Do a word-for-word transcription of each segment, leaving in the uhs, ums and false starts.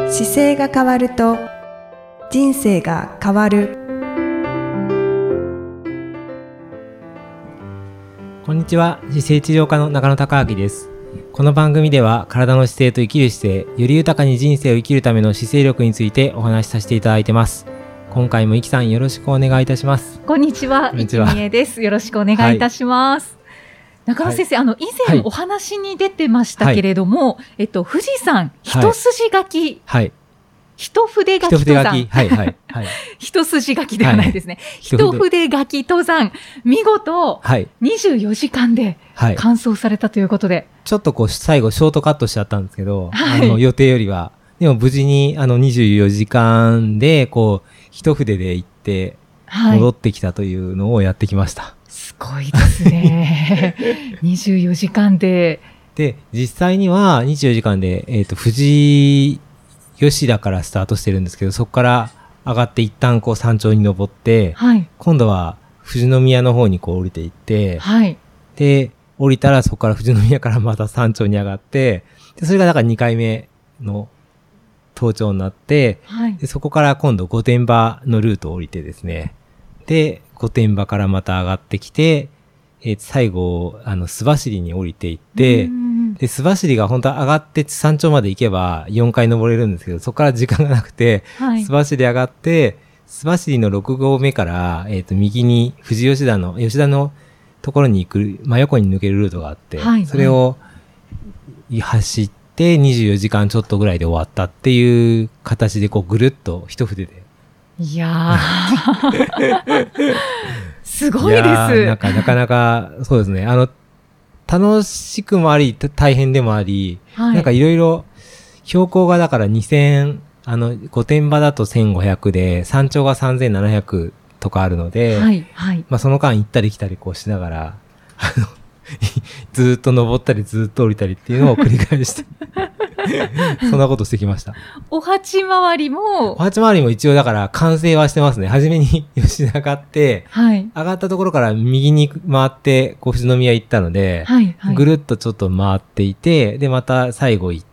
姿勢が変わると人生が変わる。 こんにちは、姿勢治療科の中野孝明です。この番組では体の姿勢と生きる姿勢、より豊かに人生を生きるための姿勢力についてお話しさせていただいてます。今回もいきさんよろしくお願いいたします。 こんにちは、いきみえです。よろしくお願いいたします。はい、中野先生、はい、あの以前お話に出てましたけれども、はい、えっと富士山一筋書き、はい、一筆書き登山、はいはいはい、一筋書きではないですね、はい、一筆書き登山見事にじゅうよじかんで完走されたということで、はい、 ちょっとこう最後ショートカットしちゃったんですけど、はい、あの予定よりはでも無事にあのにじゅうよじかんでこう一筆で行って戻ってきたというのをやってきました。はい、 すごいですね。にじゅうよじかんで。 で、実際にはにじゅうよじかんで、えっと、富士吉田からスタートしてるんですけど、そこから上がって一旦こう山頂に登って、はい、今度は富士宮の方にこう降りていって、はい、で、降りたらそこから富士宮からまた山頂に上がって、でそれがだからにかいめの登頂になって、はい、でそこから今度御殿場のルートを降りてですね、で、御殿場からまた上がってきて、えー、最後、あの、須走に降りていって、で、須走が本当は上がって山頂まで行けばよんかい登れるんですけど、そこから時間がなくて、はい、須走上がって、須走のろくごうめから、えっと、右に富士吉田の、吉田のところに行く、真横に抜けるルートがあって、はい、それを走ってにじゅうよじかんちょっとぐらいで終わったっていう形で、こう、ぐるっと一筆で、 いやーすごいです。 なんかなかなかそうですね。あの楽しくもあり大変でもあり、はい、なんかいろいろ標高がだからにせんあの御殿場だとせんごひゃくで山頂がさんぜんななひゃくとかあるので、はいはい、まあその間行ったり来たりこうしながらあのずーっと登ったりずーっと降りたりっていうのを繰り返してそんなことしてきました。 お鉢回りもお鉢回りも一応だから完成はしてますね。初めに吉田上がって、はい、上がったところから右に回ってこう富士宮行ったので、はいはい、ぐるっとちょっと回っていて、でまた最後行って、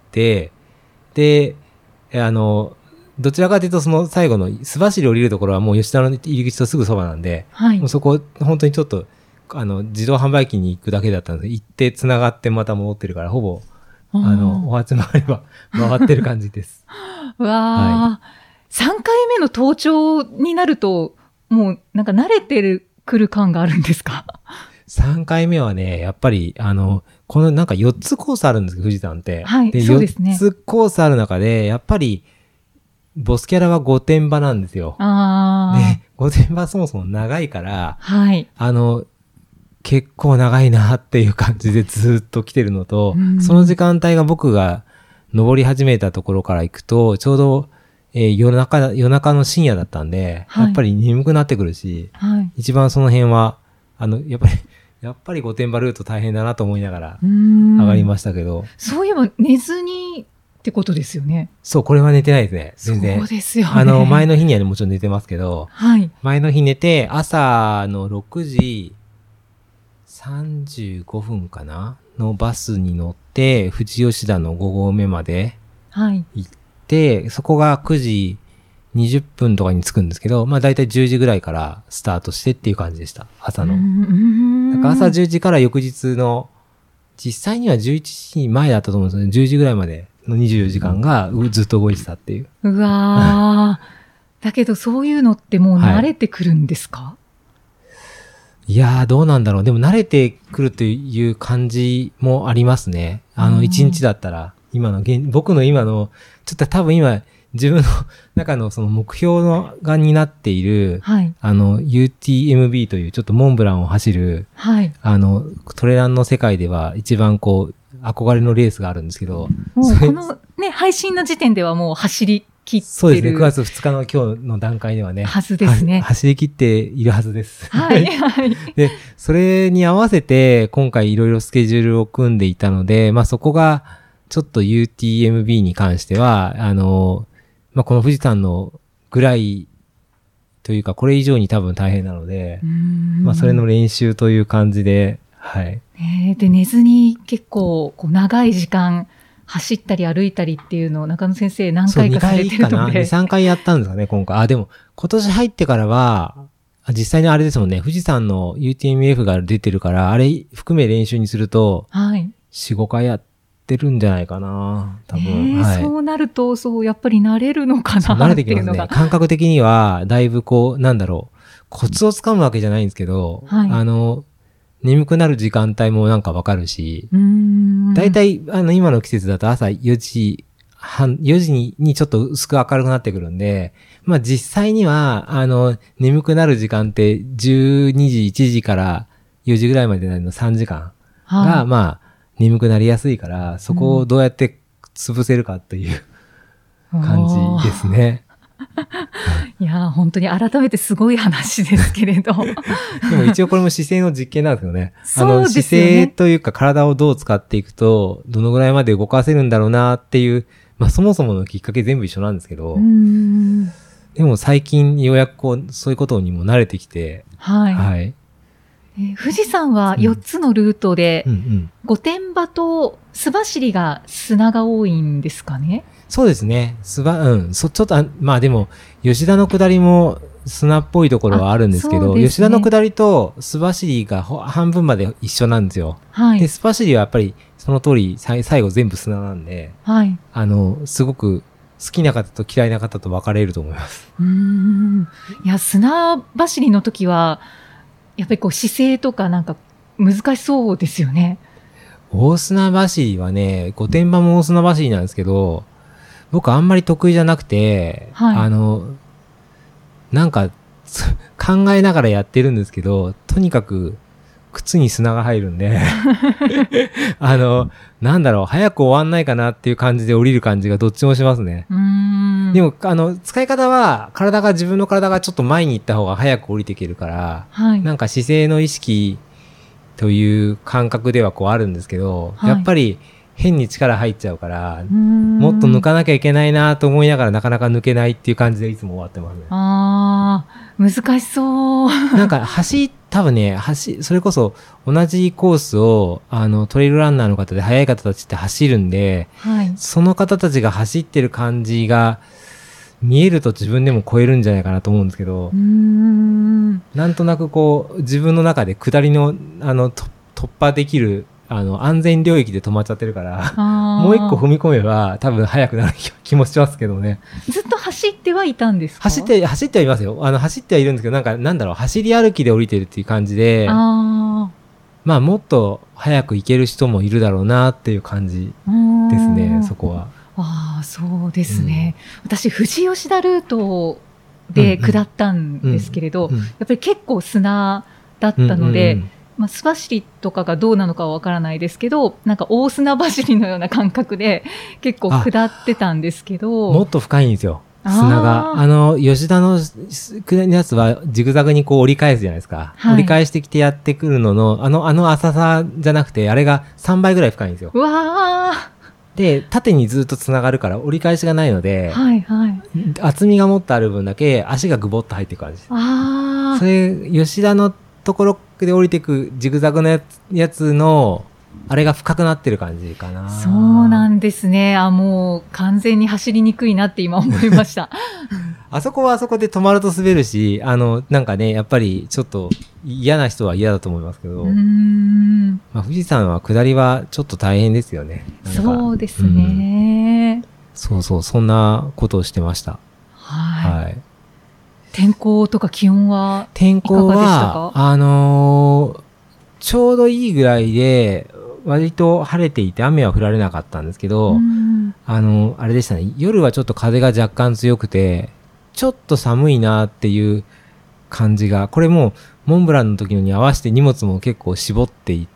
であのどちらかというとその最後の須走降りるところはもう吉田の入り口とすぐそばなんで、はい、もうそこ本当にちょっとあの自動販売機に行くだけだったので、行って繋がってまた戻ってるからほぼあのお鉢回りは回ってる感じです。 わあ、はい、さんかいめの登頂になるともうなんか慣れてるくる感があるんですか？ さんかいめはね、やっぱりあのこのなんかよっつコースあるんですけど、富士山って、 はい、でそうですね、 よっつコースある中でやっぱりボスキャラは御殿場なんですよ。あで御殿場そもそも長いから、はい、あの結構長いなっていう感じでずっと来てるのと、うん、その時間帯が僕が登り始めたところから行くと、ちょうど、えー、夜中、夜中の深夜だったんで、はい、やっぱり眠くなってくるし、はい、一番その辺は、あの、やっぱり、やっぱり御殿場ルート大変だなと思いながら上がりましたけど。 そういえば寝ずにってことですよね。 そう、これは寝てないですね。全然。 そうですよね。 あの、前の日には、ね、もちろん寝てますけど、はい、前の日寝て、朝のろくじさんじゅうごふんかなのバスに乗って富士吉田のごごうめまで行って、はい、そこがくじにじゅっぷんとかに着くんですけど、まあだいたいじゅうじぐらいからスタートしてっていう感じでした。朝の。なんか朝じゅうじから翌日の実際にはじゅういちじまえだったと思うんですよね。じゅうじぐらいまでのにじゅうよじかんがずっと動いてたっていう。 うわーだけどそういうのってもう慣れてくるんですか？はい、 いやーどうなんだろう。でも慣れてくるという感じもありますね。あの一日だったら、今の現、僕の今の、ちょっと多分今自分の中のその目標のがになっている、はい、あの ユーティーエムビー というちょっとモンブランを走る、はい、あのトレランの世界では一番こう憧れのレースがあるんですけど、 もうこのね配信の時点ではもう走り切ってる。 そうですね。くがつふつかの今日の段階ではね。 はずですね。 走り切っているはずです。 はい、はい。 で、それに合わせて今回いろいろスケジュールを組んでいたので、まあそこがちょっと ユーティーエムビー に関しては、あの、まあこの富士山のぐらいというかこれ以上に多分大変なので、まあそれの練習という感じで、はい。 えー、で、寝ずに結構こう長い時間走ったり歩いたりっていうのを中野先生何回かされてるので。そう、にかいかな。に、 さんかいやったんですかね、今回。あ、でも、今年入ってからは、実際にあれですもんね、富士山の ユーティーエムエフ が出てるから、あれ含め練習にすると、はい。よん、ごかいやってるんじゃないかな、多分。えーはい、そうなると、そう、やっぱり慣れるのかなっていうのが。慣れてきますね。 感覚的には、だいぶこう、なんだろう、コツをつかむわけじゃないんですけど、はい、あの、眠くなる時間帯もなんかわかるし、だいたい、あの、今の季節だと朝よじはん、よじに、にちょっと薄く明るくなってくるんで、まあ実際には、あの、眠くなる時間ってじゅうにじ、いちじからよじぐらいまでのさんじかんが、はい、まあ、眠くなりやすいから、そこをどうやって潰せるかという感じですね。 いやー、本当に改めてすごい話ですけれど。 でも一応これも姿勢の実験なんですよね。そうですよね。あの、姿勢というか体をどう使っていくと、どのぐらいまで動かせるんだろうなっていう、まあそもそものきっかけ全部一緒なんですけど、うーんでも最近ようやくこう、そういうことにも慣れてきて、はい。はい。 えー、富士山はよっつのルートで、うんうんうん、御殿場と須走が砂が多いんですかね？ そうですね。すば、うん。そ、ちょっと、まあでも、吉田の下りも砂っぽいところはあるんですけど、ね、吉田の下りと須走が半分まで一緒なんですよ。はい。で、須走はやっぱりその通り、最後全部砂なんで、はい。あの、すごく好きな方と嫌いな方と分かれると思います。 うーん。いや、砂走りの時は、やっぱりこう姿勢とかなんか難しそうですよね。 大砂走りはね、御殿場も大砂走りなんですけど、僕あんまり得意じゃなくて、はい、あの、なんか考えながらやってるんですけど、とにかく靴に砂が入るんで、あの、なんだろう、早く終わんないかなっていう感じで降りる感じがどっちもしますね。うーんでも、あの、使い方は、体が、自分の体がちょっと前に行った方が早く降りていけるから、はい、なんか姿勢の意識という感覚ではこうあるんですけど、はい、やっぱり、変に力入っちゃうから、もっと抜かなきゃいけないなと思いながらなかなか抜けないっていう感じでいつも終わってますね。 ああ、難しそう。 なんか走、多分ね、走、それこそ同じコースを、あの、トレイルランナーの方で速い方たちって走るんで、はい、その方たちが走ってる感じが見えると自分でも超えるんじゃないかなと思うんですけど、うーんなんとなくこう、自分の中で下りの、あの、突破できる、あの、安全領域で止まっちゃってるから、もう一個踏み込めば多分速くなる気もしますけどね。 ずっと走ってはいたんですか？ 走って、走ってはいますよ。あの、走ってはいるんですけど、なんか、なんだろう、走り歩きで降りてるっていう感じで、あまあ、もっと速く行ける人もいるだろうなっていう感じですね、そこは。 ああ、そうですね。うん、私、富士吉田ルートで下ったんですけれど、うんうんうん、やっぱり結構砂だったので、うんうんうんまあ、須走とかがどうなのかはわからないですけど、なんか大砂走りのような感覚で結構下ってたんですけど。 もっと深いんですよ、砂が。あの、吉田の下りのやつはジグザグにこう折り返すじゃないですか。はい、折り返してきてやってくるのの、あの、あの浅さじゃなくて、あれがさんばいぐらい深いんですよ。 うわー。 で、縦にずっと繋がるから折り返しがないので、はいはい、厚みがもっとある分だけ足がグボッと入っていく感じです。あー。それ、吉田のところで降りていくジグザグのやつ、やつの、あれが深くなってる感じかな。 そうなんですね。あ、もう完全に走りにくいなって今思いました。 あそこはあそこで止まると滑るし、あの、なんかね、やっぱりちょっと嫌な人は嫌だと思いますけど、うーんまあ、富士山は下りはちょっと大変ですよね。 そうですね、うん。 そうそう、そんなことをしてました。 はい。はい、天候とか気温はいかがでしたか？天候は、 あのー、ちょうどいいぐらいで、割と晴れていて雨は降られなかったんですけど、あの、あれでしたね。夜はちょっと風が若干強くて、ちょっと寒いなっていう感じが、これもモンブランの時のに合わせて荷物も結構絞っていって、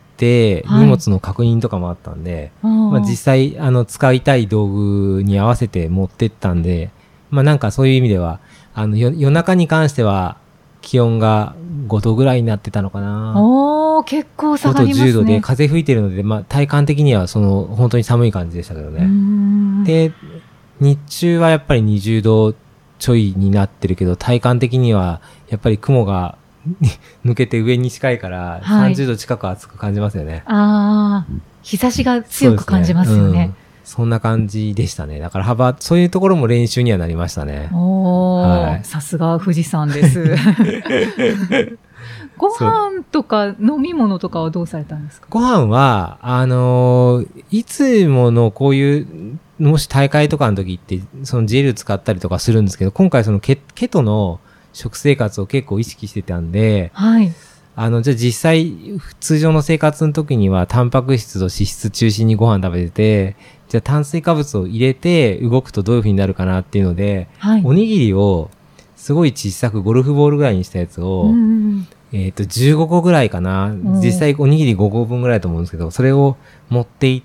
はい、荷物の確認とかもあったんで、まあ、実際あの使いたい道具に合わせて持ってったんで、まあなんかそういう意味では、あの夜中に関しては気温がごどぐらいになってたのかな。 おー、結構下がりますね。 ごどじゅうどで風吹いてるので、まあ体感的にはその本当に寒い感じでしたけどね。で、日中はやっぱりにじゅうどちょいになってるけど、体感的にはやっぱり雲が抜けて上に近いからさんじゅうど近く暑く感じますよね。 はい、ああ、日差しが強く感じますよね。 そんな感じでしたね。だから幅、そういうところも練習にはなりましたね。 おー、はい、さすが富士山です。ご飯とか飲み物とかはどうされたんですか？ ご飯は、あのー、いつものこういう、もし大会とかの時って、そのジェル使ったりとかするんですけど、今回そのケ、ケトの食生活を結構意識してたんで、 はい。 あの、じゃあ実際、通常の生活の時には、タンパク質と脂質中心にご飯食べてて、じゃあ炭水化物を入れて動くとどういう風になるかなっていうので、はい、おにぎりをすごい小さくゴルフボールぐらいにしたやつを、うんえっと、じゅうごこぐらいかな。実際おにぎりごこぶんぐらいだと思うんですけど、それを持って行って、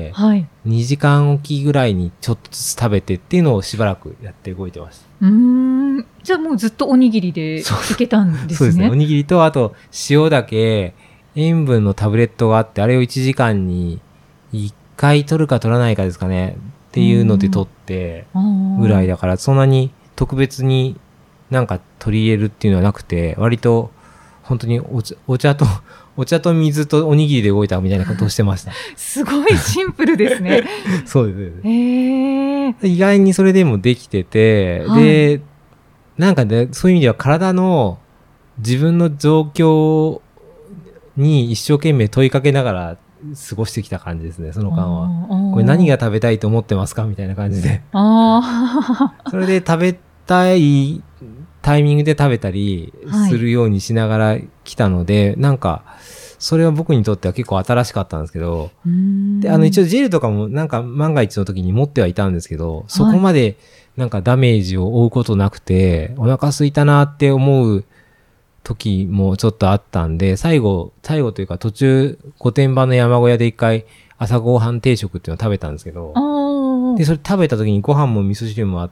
はい、にじかんおきぐらいにちょっとずつ食べてっていうのをしばらくやって動いてました。 うーん。じゃあもうずっとおにぎりでいけたんですね。 そうですね。おにぎりと、あと塩だけ塩分のタブレットがあって、あれをいちじかんにいっかい取るか取らないかですかね。っていうので取ってぐらいだから、そんなに特別になんか取り入れるっていうのはなくて、割と本当にお茶、お茶と、お茶と水とおにぎりで動いたみたいなことをしてました。 すごいシンプルですね。 そうです。 へー。 意外にそれでもできてて、はい、で、なんかね、そういう意味では体の自分の状況に一生懸命問いかけながら過ごしてきた感じですね、その間は。これ何が食べたいと思ってますかみたいな感じで。あそれで食べたいタイミングで食べたりするようにしながら来たので、はい、なんか、それは僕にとっては結構新しかったんですけど、で、あの一応ジェルとかもなんか万が一の時に持ってはいたんですけど、そこまでなんかダメージを負うことなくて、お腹空いたなって思う時もちょっとあったんで、最後、最後というか途中、御殿場の山小屋で一回朝ごはん定食っていうのを食べたんですけど、で、それ食べた時にご飯も味噌汁もあって、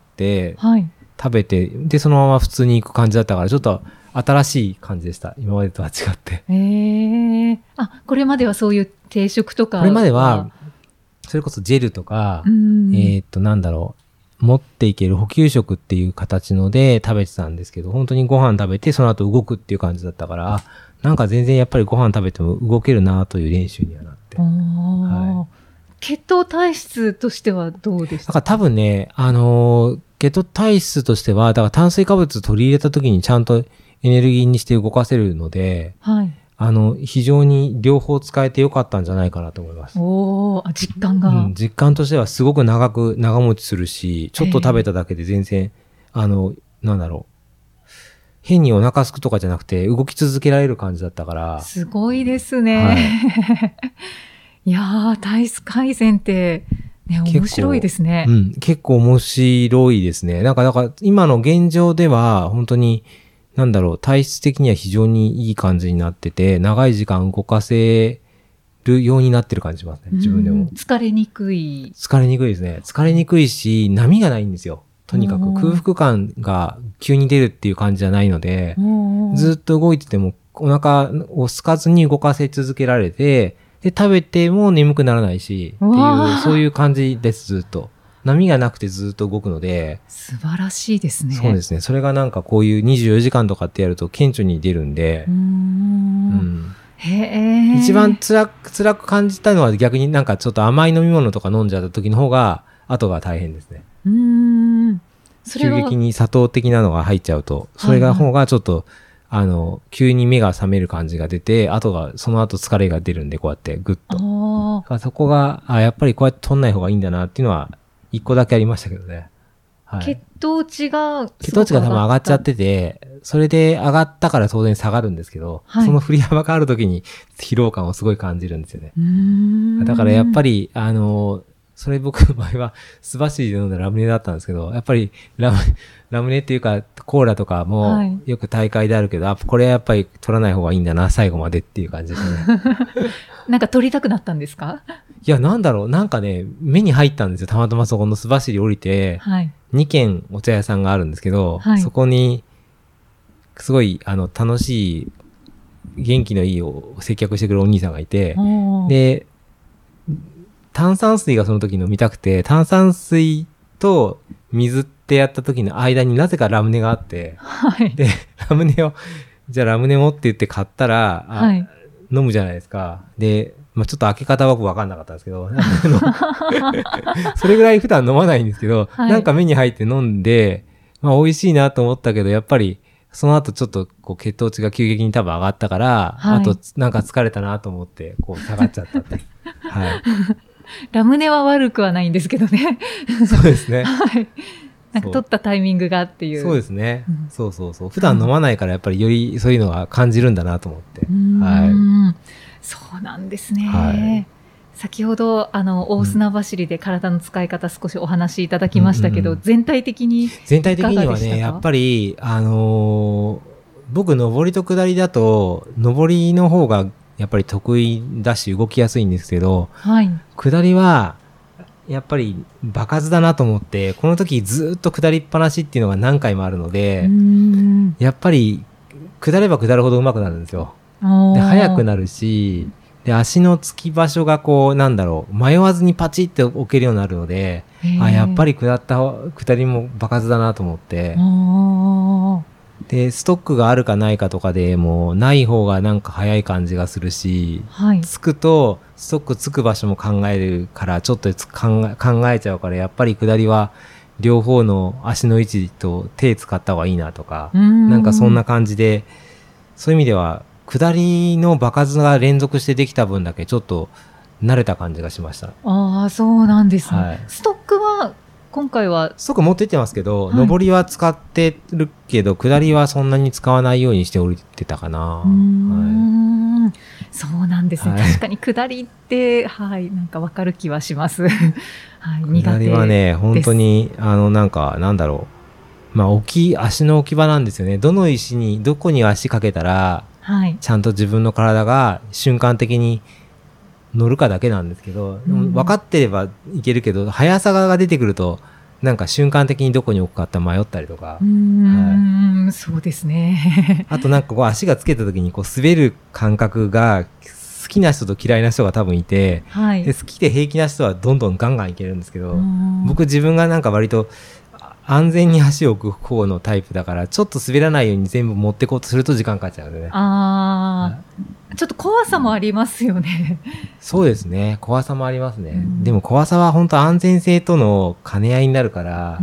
はい、食べて、で、そのまま普通に行く感じだったから、ちょっと新しい感じでした。今までとは違って。 へー。あ、これまではそういう定食とか。 これまでは、それこそジェルとか、えっと、なんだろう、持っていける補給食っていう形ので食べてたんですけど、本当にご飯食べて、その後動くっていう感じだったから、なんか全然やっぱりご飯食べても動けるなという練習にはなって。はい、 血糖体質としてはどうでしたか？ だから多分ね、あのー、血糖体質としては、だから炭水化物取り入れた時にちゃんとエネルギーにして動かせるので、はい、あの、非常に両方使えてよかったんじゃないかなと思います。 おー、実感が、 うん。実感としてはすごく長く、長持ちするし、ちょっと食べただけで全然、あの、なんだろう。変にお腹すくとかじゃなくて、動き続けられる感じだったから。 すごいですね。はい、いやー、体質改善って、ね、面白いですね。 うん、結構面白いですね。なんか、だから今の現状では、本当に、なんだろう、体質的には非常にいい感じになってて、長い時間動かせるようになってる感じしますね、自分でも。 疲れにくい。 疲れにくいですね。疲れにくいし、波がないんですよ。とにかく空腹感が急に出るっていう感じじゃないので、ずっと動いててもお腹を空かずに動かせ続けられて、で、食べても眠くならないし、っていう、そういう感じです、ずっと。波がなくてずっと動くので。 素晴らしいですね。 そうですね。それがなんかこういうにじゅうよじかんとかってやると顕著に出るんで。うーん。うん、 へー。 一番辛く、辛く感じたのは逆になんかちょっと甘い飲み物とか飲んじゃった時の方が、後が大変ですね。 うーん。 それは急激に砂糖的なのが入っちゃうと、それが方がちょっと、はいはい、あの、急に目が覚める感じが出て、後が、その後疲れが出るんで、こうやってグッと。そこが、あ、やっぱりこうやって取んない方がいいんだなっていうのは、一個だけありましたけどね。 はい、血糖値が、 血糖値が多分上がっちゃってて、それで上がったから当然下がるんですけど、はい、その振り幅があるときに疲労感をすごい感じるんですよね。うーん、だからやっぱり、あの、それ僕の場合は、スバシリで飲んだラムネだったんですけど、やっぱりラム、ラムネっていうか、コーラとかも、よく大会であるけど、はい、あ、これやっぱり取らない方がいいんだな、最後までっていう感じですね。 なんか取りたくなったんですか？ いや、なんだろう、なんかね、目に入ったんですよ。たまたまそこのスバシリ降りて、はい、にけんお茶屋さんがあるんですけど、はい、そこに、すごい、あの、楽しい、元気のいいを接客してくれるお兄さんがいて、で、炭酸水がその時飲みたくて、炭酸水と水ってやった時の間になぜかラムネがあって、はい、で、ラムネを、じゃあラムネもって言って買ったら、はい、飲むじゃないですか。で、 まあちょっと開け方は僕分かんなかったんですけど、それぐらい普段飲まないんですけど、はい、なんか目に入って飲んで、まあ美味しいなと思ったけど、やっぱりその後ちょっとこう血糖値が急激に多分上がったから、はい、あとなんか疲れたなと思ってこう下がっちゃったって。はい。 ラムネは悪くはないんですけどね。 そうですね。 はい。なんか取ったタイミングがっていう。 そうですね。うん、そうそうそう。普段飲まないからやっぱりよりそういうのは感じるんだなと思って。 はい。そうなんですね。はい、先ほどあの大砂走りで体の使い方少しお話しいただきましたけど、うんうん、全体的にいかがでしたか？ 全体的にはね、やっぱりあのー、僕上りと下りだと上りの方がやっぱり得意だし動きやすいんですけど、はい、下りはやっぱり場数だなと思って、この時ずっと下りっぱなしっていうのが何回もあるので、うん、やっぱり下れば下るほど上手くなるんですよ。で速くなるし、で足のつき場所がこうなんだろう迷わずにパチって置けるようになるので、あやっぱり下った下りも場数だなと思って、でストックがあるかないかとかでもうない方がなんか早い感じがするし、はい、つくとストックつく場所も考えるからちょっと考え、考えちゃうから、やっぱり下りは両方の足の位置と手使った方がいいなとか、んなんかそんな感じで、そういう意味では下りの場数が連続してできた分だけちょっと慣れた感じがしました。 ああ、そうなんですね。はい、ストックは今回はストック持ってってますけど、はい、上りは使ってるけど下りはそんなに使わないようにして降りてたかな。うーん、はい、そうなんですね。はい、確かに下りってはいなんか分かる気はします。はい、苦手です。 下りはね本当にあのなんかなんだろう、まあ置き足の置き場なんですよね。どの石にどこに足かけたらはい、ちゃんと自分の体が瞬間的に乗るかだけなんですけど、うん、分かってればいけるけど速さが出てくるとなんか瞬間的にどこに置くかって迷ったりとか、 うーん、はい、そうですね。 あとなんかこう足がつけた時にこう滑る感覚が好きな人と嫌いな人が多分いて、はい、で好きで平気な人はどんどんガンガンいけるんですけど、僕自分がなんか割と安全に足を置く方のタイプだから、ちょっと滑らないように全部持ってこうとすると時間かかっちゃうんでね。 ああ、ちょっと怖さもありますよね。 そうですね、怖さもありますね。うん、でも怖さは本当安全性との兼ね合いになるから、うん、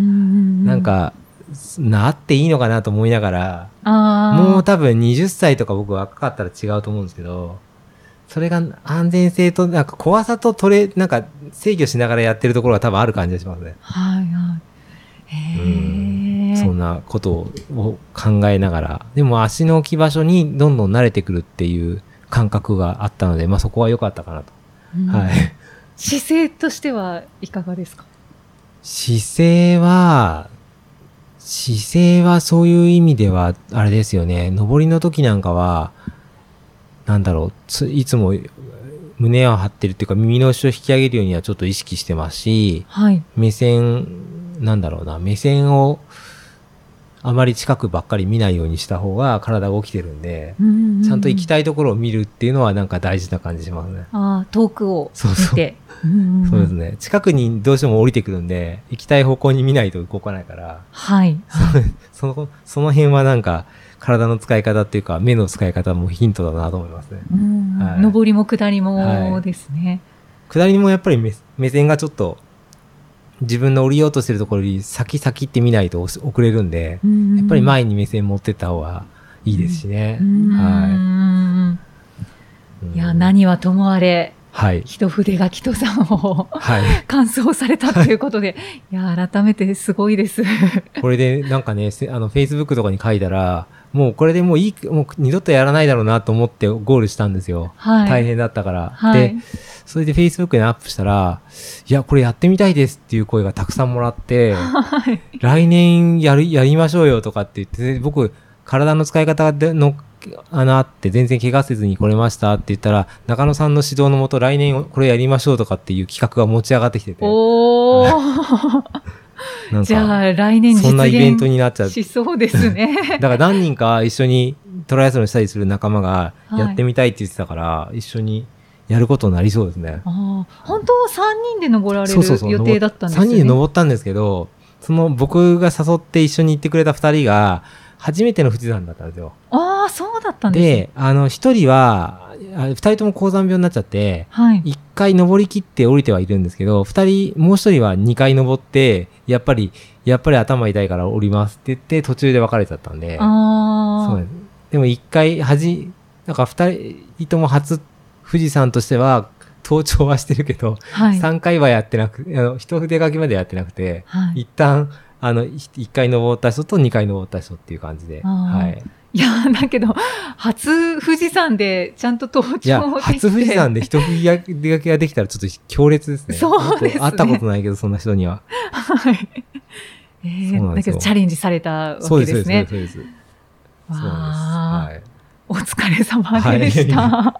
なんかなっていいのかなと思いながら、あもう多分はたちとか僕若かったら違うと思うんですけど、それが安全性となんか怖さと取れなんか制御しながらやってるところが多分ある感じがしますね。 はいはい。へうん、そんなことを考えながら、でも足の置き場所にどんどん慣れてくるっていう感覚があったので、まあ、そこは良かったかなと、うんはい、 姿勢としてはいかがですか？ 姿勢は姿勢はそういう意味ではあれですよね。上りの時なんかはなんだろうついつも胸を張ってるっていうか耳の後ろ引き上げるようにはちょっと意識してますし、はい、目線なんだろうな目線をあまり近くばっかり見ないようにした方が体が起きてるんで、うんうんうん、ちゃんと行きたいところを見るっていうのはなんか大事な感じしますね。 ああ、遠くを見て。 そうそう、うんうん、そうですね。近くにどうしても降りてくるんで行きたい方向に見ないと動かないから、 はい、 そのその辺はなんか体の使い方っていうか目の使い方もヒントだなと思いますね。 うんはい、上りも下りもですね。 はい、下りもやっぱり 目, 目線がちょっと自分の降りようとしてるところに先先って見ないと遅れるんで、うん、やっぱり前に目線持ってった方がいいですしね。うんはい、 いや何はともあれ、 はい、 一筆書き登山を、はい、完走されたということで、はい、いや改めてすごいです。 これでなんかねあの Facebook とかに書いたらもうこれでもういいもう二度とやらないだろうなと思ってゴールしたんですよ。はい、大変だったから、はい、でそれで Facebook にアップしたらいやこれやってみたいですっていう声がたくさんもらって、はい、来年やるやりましょうよとかって言って僕体の使い方のあのあって全然怪我せずに来れましたって言ったら中野さんの指導のもと来年これやりましょうとかっていう企画が持ち上がってきてておなんかじゃあ来年実現そんなイベントになっちゃうしそうですね。 だから何人か一緒にトライアスロンしたりする仲間がやってみたいって言ってたから、はい、一緒にやることになりそうですね。 あ本当はさんにんで登られる予定だったんですよね。そうそうそうさんにんで登ったんですけどその僕が誘って一緒に行ってくれたふたりが初めての富士山だったんですよ。 ああ、そうだったんですね。 で、あの、一人は、ふたりとも高山病になっちゃって、はい、いっかい登り切って降りてはいるんですけど、二人、もう一人はにかい登って、やっぱり、やっぱり頭痛いから降りますって言って、途中で別れちゃったんで、あそうです。でも一回、はじ、なんか二人とも初、富士山としては、登頂はしてるけど、はい、さんかいはやってなく、あの、一筆書きまでやってなくて、はい、一旦、あの、いっかい登った人とにかい登った人っていう感じで、はい。 いや、だけど、初富士山でちゃんと登頂できて。いや、 初富士山で一筆書きができたらちょっと強烈ですね。 そうですね。 会ったことないけど、そんな人には。はい。 えー、だけどチャレンジされたわけですね。そうです、そうです、そうです。そうです。はい。お疲れ様でした。はい、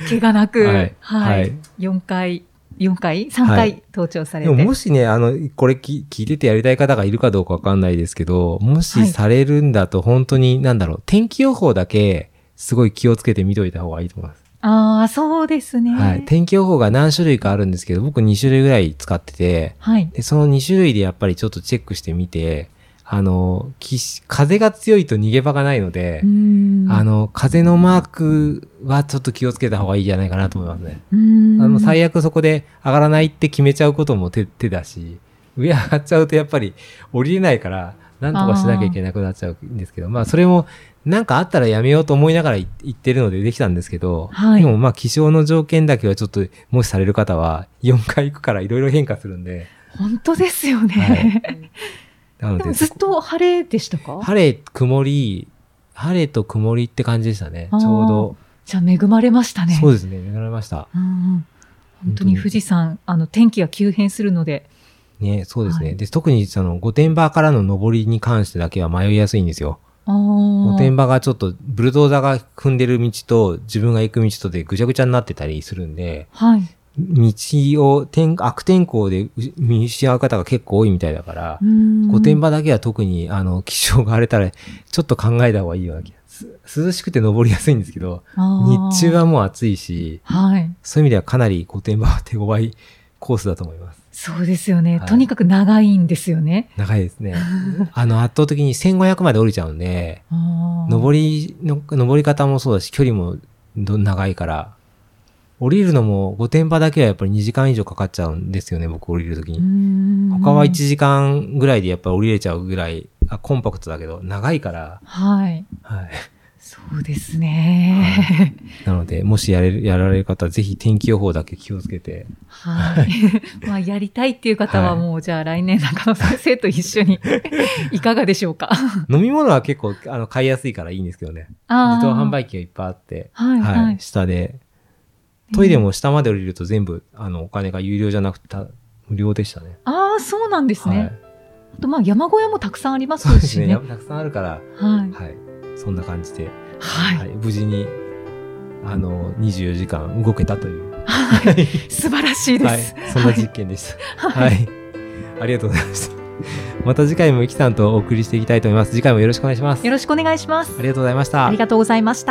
怪我なく、はい。はい、よんかい、よんかい ?さん 回登頂されて。 でももしね、あの、これ聞いててやりたい方がいるかどうかわかんないですけど、もしされるんだと本当に、なんだろう、天気予報だけすごい気をつけて見といた方がいいと思います。 ああ、そうですね。 はい。天気予報が何種類かあるんですけど、僕に種類ぐらい使ってて、はい。で、そのに種類でやっぱりちょっとチェックしてみて、あの、風が強いと逃げ場がないので、あの、風のマークはちょっと気をつけた方がいいんじゃないかなと思いますね。あの、最悪そこで上がらないって決めちゃうことも 手, 手だし、上上がっちゃうとやっぱり降りれないから、なんとかしなきゃいけなくなっちゃうんですけど、まあそれもなんかあったらやめようと思いながら言ってるのでできたんですけど、はい、でもまあ気象の条件だけはちょっともしされる方はよんかい行くからいろいろ変化するんで。 本当ですよね。はい、なのでずっと晴れでしたか？ 晴れ、曇り、晴れと曇りって感じでしたね。ちょうど。 じゃあ恵まれましたね。 そうですね、恵まれました。 うん、本当に富士山、あの天気が急変するので。 ね、そうですね。はい、で特にその御殿場からの上りに関してだけは迷いやすいんですよ。御殿場がちょっとブルドーザーが踏んでる道と自分が行く道とでぐちゃぐちゃになってたりするんで、はい、道を天悪天候で見失う方が結構多いみたいだから、御殿場だけは特にあの気象が荒れたらちょっと考えた方がいいような気が。涼しくて登りやすいんですけど、日中はもう暑いし、はい、そういう意味ではかなり御殿場は手強いコースだと思います。 そうですよね。はい、とにかく長いんですよね。 長いですね。あの、圧倒的にせんごひゃくまで降りちゃうんで、登りの、登り方もそうだし、距離も長いから、降りるのも御殿場だけはやっぱりにじかん以上かかっちゃうんですよね、僕降りるときに。他はいちじかんぐらいでやっぱり降りれちゃうぐらい、あコンパクトだけど、長いから。はい。はい。 そうですね。 なので、もしやれる、やられる方はぜひ天気予報だけ気をつけて。 はい。まあ、やりたいっていう方はもう、はい、じゃあ来年中野先生と一緒にいかがでしょうか。 飲み物は結構、あの、買いやすいからいいんですけどね。自動販売機がいっぱいあって。はい、はい。はい。下で。トイレも下まで降りると全部、あの、お金が有料じゃなくて、無料でしたね。 ああ、そうなんですね。はい、あと、まあ、山小屋もたくさんありますしね。そうですね。 山たくさんあるから。はい。はい。そんな感じで。はい。はい、無事に、あの、にじゅうよじかん動けたという。 はい。素晴らしいです。 はい。そんな実験でした。はい。はい、ありがとうございました。また次回もゆきさんとお送りしていきたいと思います。次回もよろしくお願いします。 よろしくお願いします。 ありがとうございました。 ありがとうございました。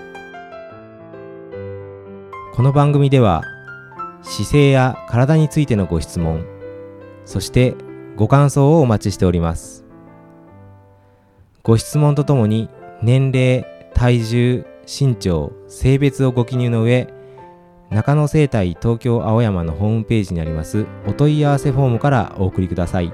この番組では、姿勢や体についてのご質問、そしてご感想をお待ちしております。ご質問とともに年齢、体重、身長、性別をご記入の上、中野生態東京青山のホームページにありますお問い合わせフォームからお送りください。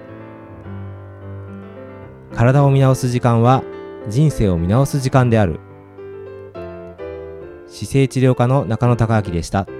体を見直す時間は人生を見直す時間である。姿勢治療科の中野孝明でした。